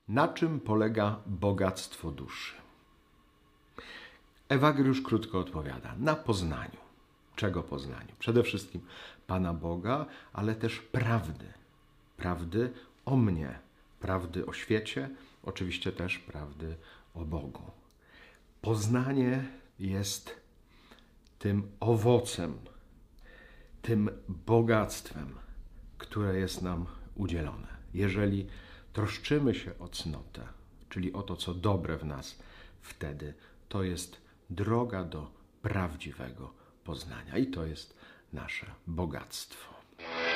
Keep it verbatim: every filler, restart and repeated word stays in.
Na czym polega bogactwo duszy? Ewagriusz krótko odpowiada. Na poznaniu. Czego poznaniu? Przede wszystkim Pana Boga, ale też prawdy. Prawdy o mnie, prawdy o świecie, oczywiście też prawdy o Bogu. Poznanie jest tym owocem, tym bogactwem, które jest nam udzielone. Jeżeli troszczymy się o cnotę, czyli o to, co dobre w nas, wtedy to jest droga do prawdziwego poznania i to jest nasze bogactwo.